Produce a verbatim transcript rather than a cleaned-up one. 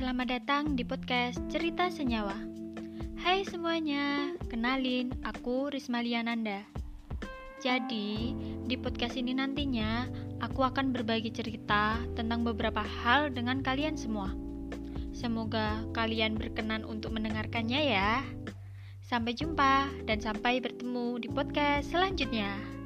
selamat datang di podcast Cerita Senyawa. Hai semuanya, kenalin aku Risma Liananda. Jadi, di podcast ini nantinya aku akan berbagi cerita tentang beberapa hal dengan kalian semua. Semoga kalian berkenan untuk mendengarkannya ya. Sampai jumpa dan sampai bertemu di podcast selanjutnya.